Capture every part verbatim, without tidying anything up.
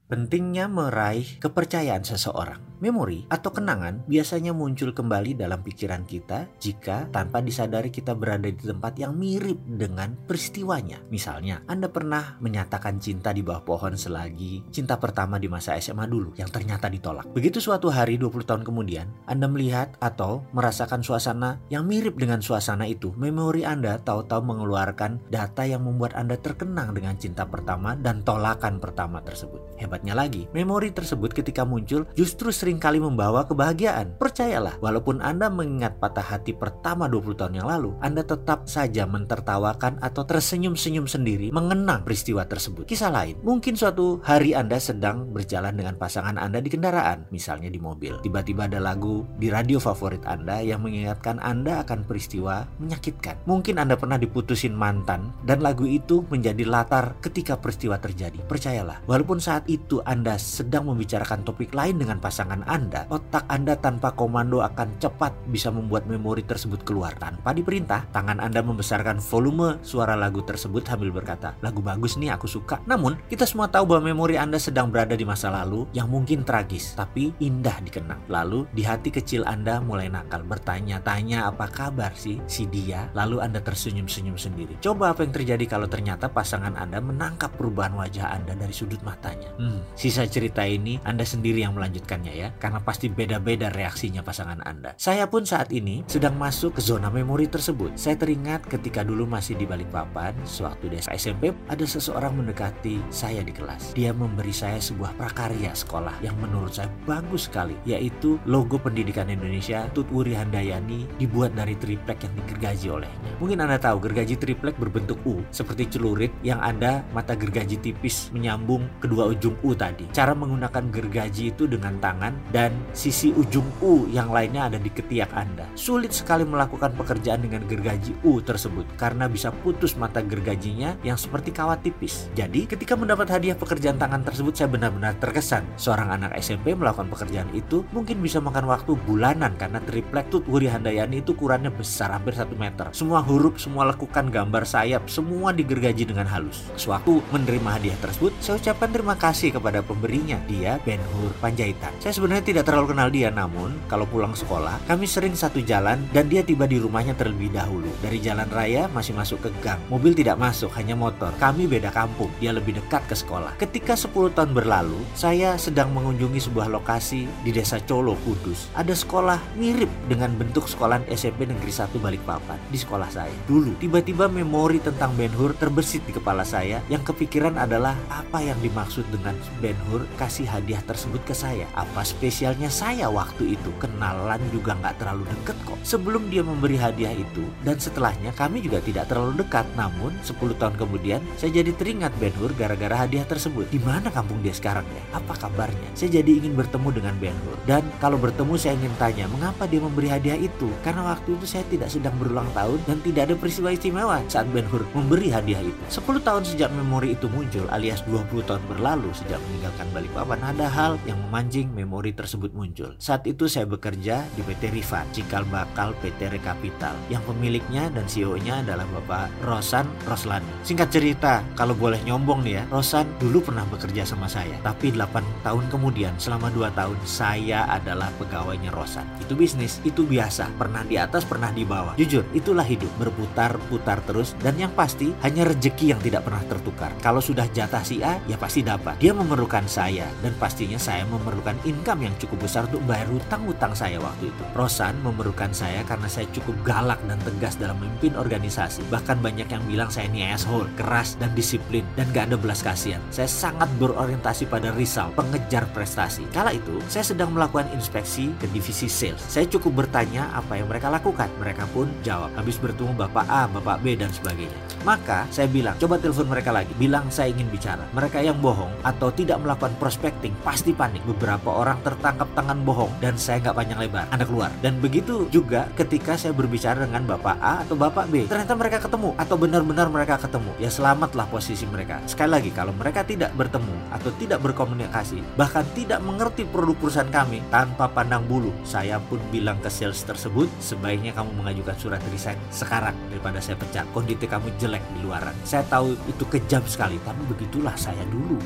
Pentingnya meraih kepercayaan seseorang. Memori atau kenangan biasanya muncul kembali dalam pikiran kita jika tanpa disadari kita berada di tempat yang mirip dengan peristiwanya. Misalnya, Anda pernah menyatakan cinta di bawah pohon selagi cinta pertama di masa S M A dulu yang ternyata ditolak. Begitu suatu hari dua puluh tahun kemudian, Anda melihat atau merasakan suasana yang mirip dengan suasana itu, memori Anda tahu-tahu mengeluarkan data yang membuat Anda terkenang dengan cinta pertama dan tolakan pertama tersebut. Hebatnya lagi, memori tersebut ketika muncul justru seringkali membawa kebahagiaan. Percayalah, walaupun Anda mengingat patah hati pertama dua puluh tahun yang lalu, Anda tetap saja mentertawakan atau tersenyum-senyum sendiri mengenang peristiwa tersebut. Kisah lain, mungkin suatu hari Anda sedang berjalan dengan pasangan Anda di kendaraan, misalnya di mobil. Tiba-tiba ada lagu di radio favorit Anda yang mengingatkan Anda akan peristiwa menyakitkan. Mungkin Anda pernah diputusin mantan dan lagu itu menjadi latar ketika peristiwa terjadi. Percayalah, walaupun saat itu Anda sedang membicarakan topik lain dengan pasangan Anda, otak Anda tanpa komando akan cepat bisa membuat memori tersebut keluar. Tanpa diperintah, tangan Anda membesarkan volume suara lagu tersebut sambil berkata, lagu bagus nih, aku suka. Namun, kita semua tahu bahwa memori Anda sedang berada di masa lalu yang mungkin tragis, tapi indah dikenang. Lalu, di hati kecil Anda mulai nakal, bertanya-tanya apa kabar sih si dia, lalu Anda tersenyum-senyum sendiri. Coba apa yang terjadi kalau ternyata pasangan Anda menangkap perubahan wajah Anda dari sudut matanya. Hmm, sisa cerita ini Anda sendiri yang melanjutkannya ya, karena pasti beda-beda reaksinya pasangan Anda. Saya pun saat ini sedang masuk ke zona memori tersebut. Saya teringat ketika dulu masih di Balikpapan, sewaktu di S M P, ada seseorang mendekati saya di kelas. Dia memberi saya sebuah prakarya sekolah yang menurut saya bagus sekali, yaitu logo Pendidikan Indonesia Tut Wuri Handayani dibuat dari triplek yang digergaji olehnya. Mungkin Anda tahu, gergaji triplek berbentuk U, seperti celurit yang ada mata gergaji tipis menyambung kedua ujung U tadi. Cara menggunakan gergaji itu dengan tangan dan sisi ujung U yang lainnya ada di ketiak Anda. Sulit sekali melakukan pekerjaan dengan gergaji U tersebut karena bisa putus mata gergajinya yang seperti kawat tipis. Jadi ketika mendapat hadiah pekerjaan tangan tersebut, saya benar-benar terkesan. Seorang anak S M P melakukan pekerjaan itu mungkin bisa makan waktu bulanan karena triplek Tut Wuri Handayani itu ukurannya besar, hampir satu meter. Semua huruf, semua lekukan gambar sayap, semua digergaji dengan halus. Sewaktu menerima hadiah tersebut, saya ucapkan terima kasih kepada pemberinya. Dia Ben Hur Panjaitan. Saya sebenarnya tidak terlalu kenal dia, namun kalau pulang sekolah kami sering satu jalan dan dia tiba di rumahnya terlebih dahulu. Dari jalan raya masih masuk ke gang. Mobil tidak masuk, hanya motor. Kami beda kampung, dia lebih dekat ke sekolah. Ketika sepuluh tahun berlalu, saya sedang mengunjungi sebuah lokasi di Desa Colo, Kudus. Ada sekolah mirip dengan bentuk sekolah S M P Negeri satu Balikpapan di sekolah saya. Dulu tiba-tiba memori tentang Ben Hur terbersit di kepala saya. Yang kepikiran adalah apa yang dimaksud dengan Ben Hur kasih hadiah tersebut ke saya. Apa spesialnya saya waktu itu? Kenalan juga gak terlalu deket kok. Sebelum dia memberi hadiah itu dan setelahnya kami juga tidak terlalu dekat. Namun sepuluh tahun kemudian saya jadi teringat Ben Hur gara-gara hadiah tersebut. Di mana kampung dia sekarang ya? Apa kabarnya? Saya jadi ingin bertemu dengan Ben Hur. Dan kalau bertemu saya ingin tanya mengapa dia memberi hadiah itu. Karena waktu itu saya tidak sedang berulang tahun dan tidak ada peristiwa istimewa saat Ben Hur memberi hadiah itu. sepuluh tahun sejak memori itu muncul, alias dua puluh tahun berlalu sejak meninggalkan Balikpapan, ada hal yang memancing memori tersebut muncul. Saat itu saya bekerja di P T Rifan, cikal bakal P T Rekapital, yang pemiliknya dan C E O-nya adalah Bapak Rosan Roslani. Singkat cerita, kalau boleh nyombong nih ya, Rosan dulu pernah bekerja sama saya, tapi delapan tahun kemudian, selama dua tahun, saya adalah pegawainya Rosan. Itu bisnis, itu biasa, pernah di atas, pernah di bawah. Jujur, itulah hidup, berputar-putar terus, dan yang pasti, hanya rezeki yang tidak pernah tertukar. Kalau sudah jatah si A, ya pasti dapat. Dia memerlukan saya, dan pastinya saya memerlukan income yang cukup besar untuk bayar hutang-hutang saya waktu itu. Rosan memerlukan saya karena saya cukup galak dan tegas dalam memimpin organisasi. Bahkan banyak yang bilang saya ini asshole, keras dan disiplin, dan gak ada belas kasihan. Saya sangat berorientasi pada result, pengejar prestasi. Kala itu, saya sedang melakukan inspeksi ke divisi sales. Saya cukup bertanya apa yang mereka lakukan. Mereka pun jawab, habis bertemu Bapak A, Bapak B, dan sebagainya. Maka saya bilang, coba telepon mereka lagi, bilang saya ingin bicara. Mereka yang bohong atau tidak melakukan prospecting pasti panik. Beberapa orang tertangkap tangan bohong dan saya nggak panjang lebar, Anda keluar. Dan begitu juga ketika saya berbicara dengan Bapak A atau Bapak B, ternyata mereka ketemu atau benar-benar mereka ketemu. Ya selamatlah posisi mereka. Sekali lagi, kalau mereka tidak bertemu atau tidak berkomunikasi, bahkan tidak mengerti produk perusahaan kami, tanpa pandang bulu, saya pun bilang ke sales tersebut, sebaiknya kamu mengajukan surat resign sekarang daripada saya pecat. Kondisi kamu jelek di luaran. Saya tahu itu kejam sekali, tapi begitulah saya dulu. Kemudian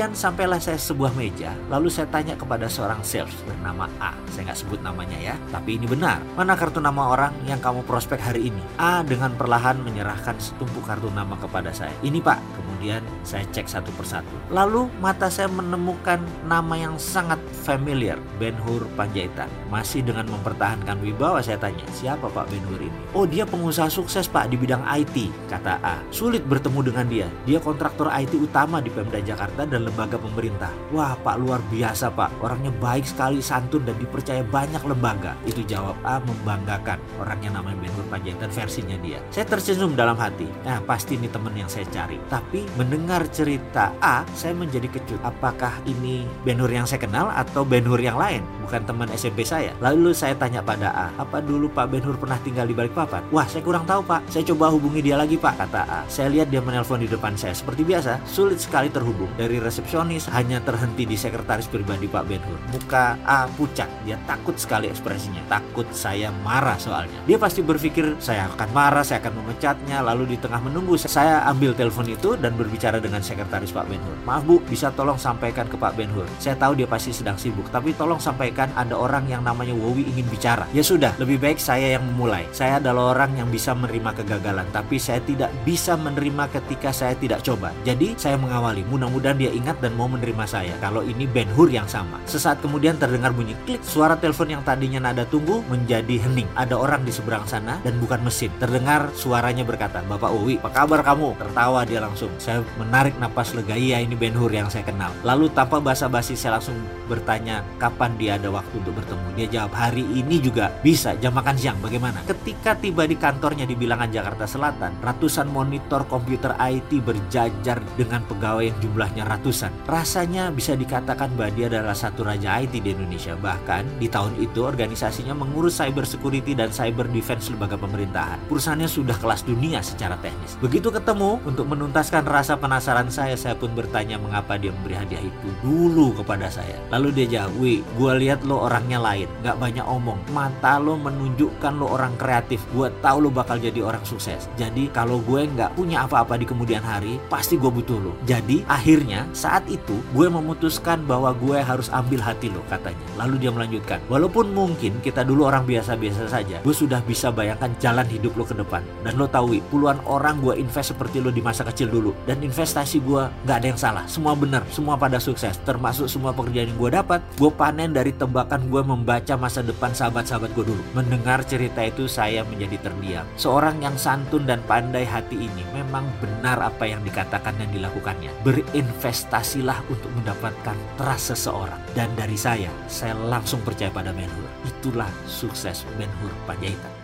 Kemudian sampailah saya sebuah meja, lalu saya tanya kepada seorang sales bernama A. Saya nggak sebut namanya ya, tapi ini benar. Mana kartu nama orang yang kamu prospek hari ini? A dengan perlahan menyerahkan setumpuk kartu nama kepada saya. Ini Pak. Kemudian saya cek satu persatu. Lalu mata saya menemukan nama yang sangat familiar, Ben Hur Panjaitan. Masih dengan mempertahankan wibawa saya tanya, siapa Pak Ben Hur ini? Oh, dia pengusaha sukses Pak di bidang I T, kata A. Sulit bertemu dengan dia. Dia kontraktor I T utama di Pemda Jakarta dan lembaga pemerintah. Wah Pak, luar biasa Pak. Orangnya baik sekali, santun dan dipercaya banyak lembaga. Itu jawab A membanggakan. Orangnya namanya Ben Hur Panjaitan versinya dia. Saya tersenyum dalam hati. Nah pasti ini teman yang saya cari. Tapi mendengar cerita A, saya menjadi kecut. Apakah ini Ben Hur yang saya kenal atau Ben Hur yang lain? Bukan teman S M P saya. Lalu saya tanya pada A, apa dulu Pak Ben Hur pernah tinggal di Balikpapan? Wah saya kurang tahu Pak. Saya coba hubungi dia lagi Pak, kata A. Saya lihat dia menelpon di depan saya. Seperti biasa, sulit sekali terhubung. Dari resepsionis hanya terhenti di sekretaris pribadi Pak Ben Hur. Muka A pucat. Dia takut sekali ekspresinya. Takut saya marah soalnya. Dia pasti berpikir saya akan marah, saya akan memecatnya. Lalu di tengah menunggu, saya ambil telepon itu dan berbicara dengan sekretaris Pak Ben Hur. Maaf Bu, bisa tolong sampaikan ke Pak Ben Hur. Saya tahu dia pasti sedang sibuk, tapi tolong sampaikan ada orang yang namanya Wowi ingin bicara. Ya sudah, lebih baik saya yang memulai. Saya adalah orang yang bisa menerima kegagalan, tapi saya tidak bisa menerima ketika saya tidak coba. Jadi saya mengawali, mudah-mudahan dia ingat dan mau menerima saya kalau ini Ben Hur yang sama. Sesaat kemudian terdengar bunyi klik. Suara telepon yang tadinya nada tunggu menjadi hening. Ada orang di seberang sana dan bukan mesin. Terdengar suaranya berkata, Bapak Wowi, apa kabar kamu? Tertawa dia langsung. Saya menarik napas lega, iya ini Ben Hur yang saya kenal. Lalu tanpa basa-basi saya langsung bertanya kapan dia ada waktu untuk bertemu. Dia jawab, hari ini juga bisa, jam makan siang, bagaimana? Ketika tiba di kantornya di Bilangan Jakarta Selatan, ratusan monitor komputer I T berjajar dengan pegawai yang jumlahnya ratusan. Rasanya bisa dikatakan bahwa dia adalah satu raja I T di Indonesia. Bahkan di tahun itu organisasinya mengurus cyber security dan cyber defense lembaga pemerintahan. Perusahaannya sudah kelas dunia secara teknis. Begitu ketemu, untuk menuntaskan rasa penasaran saya, saya pun bertanya mengapa dia memberi hadiah itu dulu kepada saya. Lalu dia jawab, Wi, gue lihat lo orangnya lain, gak banyak omong. Mata lo menunjukkan lo orang kreatif. Gue tahu lo bakal jadi orang sukses. Jadi kalau gue gak punya apa-apa di kemudian hari, pasti gue butuh lo. Jadi akhirnya saat itu gue memutuskan bahwa gue harus ambil hati lo, katanya. Lalu dia melanjutkan, walaupun mungkin kita dulu orang biasa-biasa saja, gue sudah bisa bayangkan jalan hidup lo ke depan. Dan lo tahu, Wi, puluhan orang gue invest seperti lo di masa kecil dulu. Dan investasi gue gak ada yang salah. Semua benar, semua pada sukses. Termasuk semua pekerjaan yang gue dapat, gue panen dari tebakan gue membaca masa depan sahabat-sahabat gue dulu. Mendengar cerita itu saya menjadi terdiam. Seorang yang santun dan pandai hati ini memang benar apa yang dikatakan dan dilakukannya. Berinvestasilah untuk mendapatkan trust seseorang. Dan dari saya, saya langsung percaya pada Ben Hur. Itulah sukses Ben Hur Panjaitan.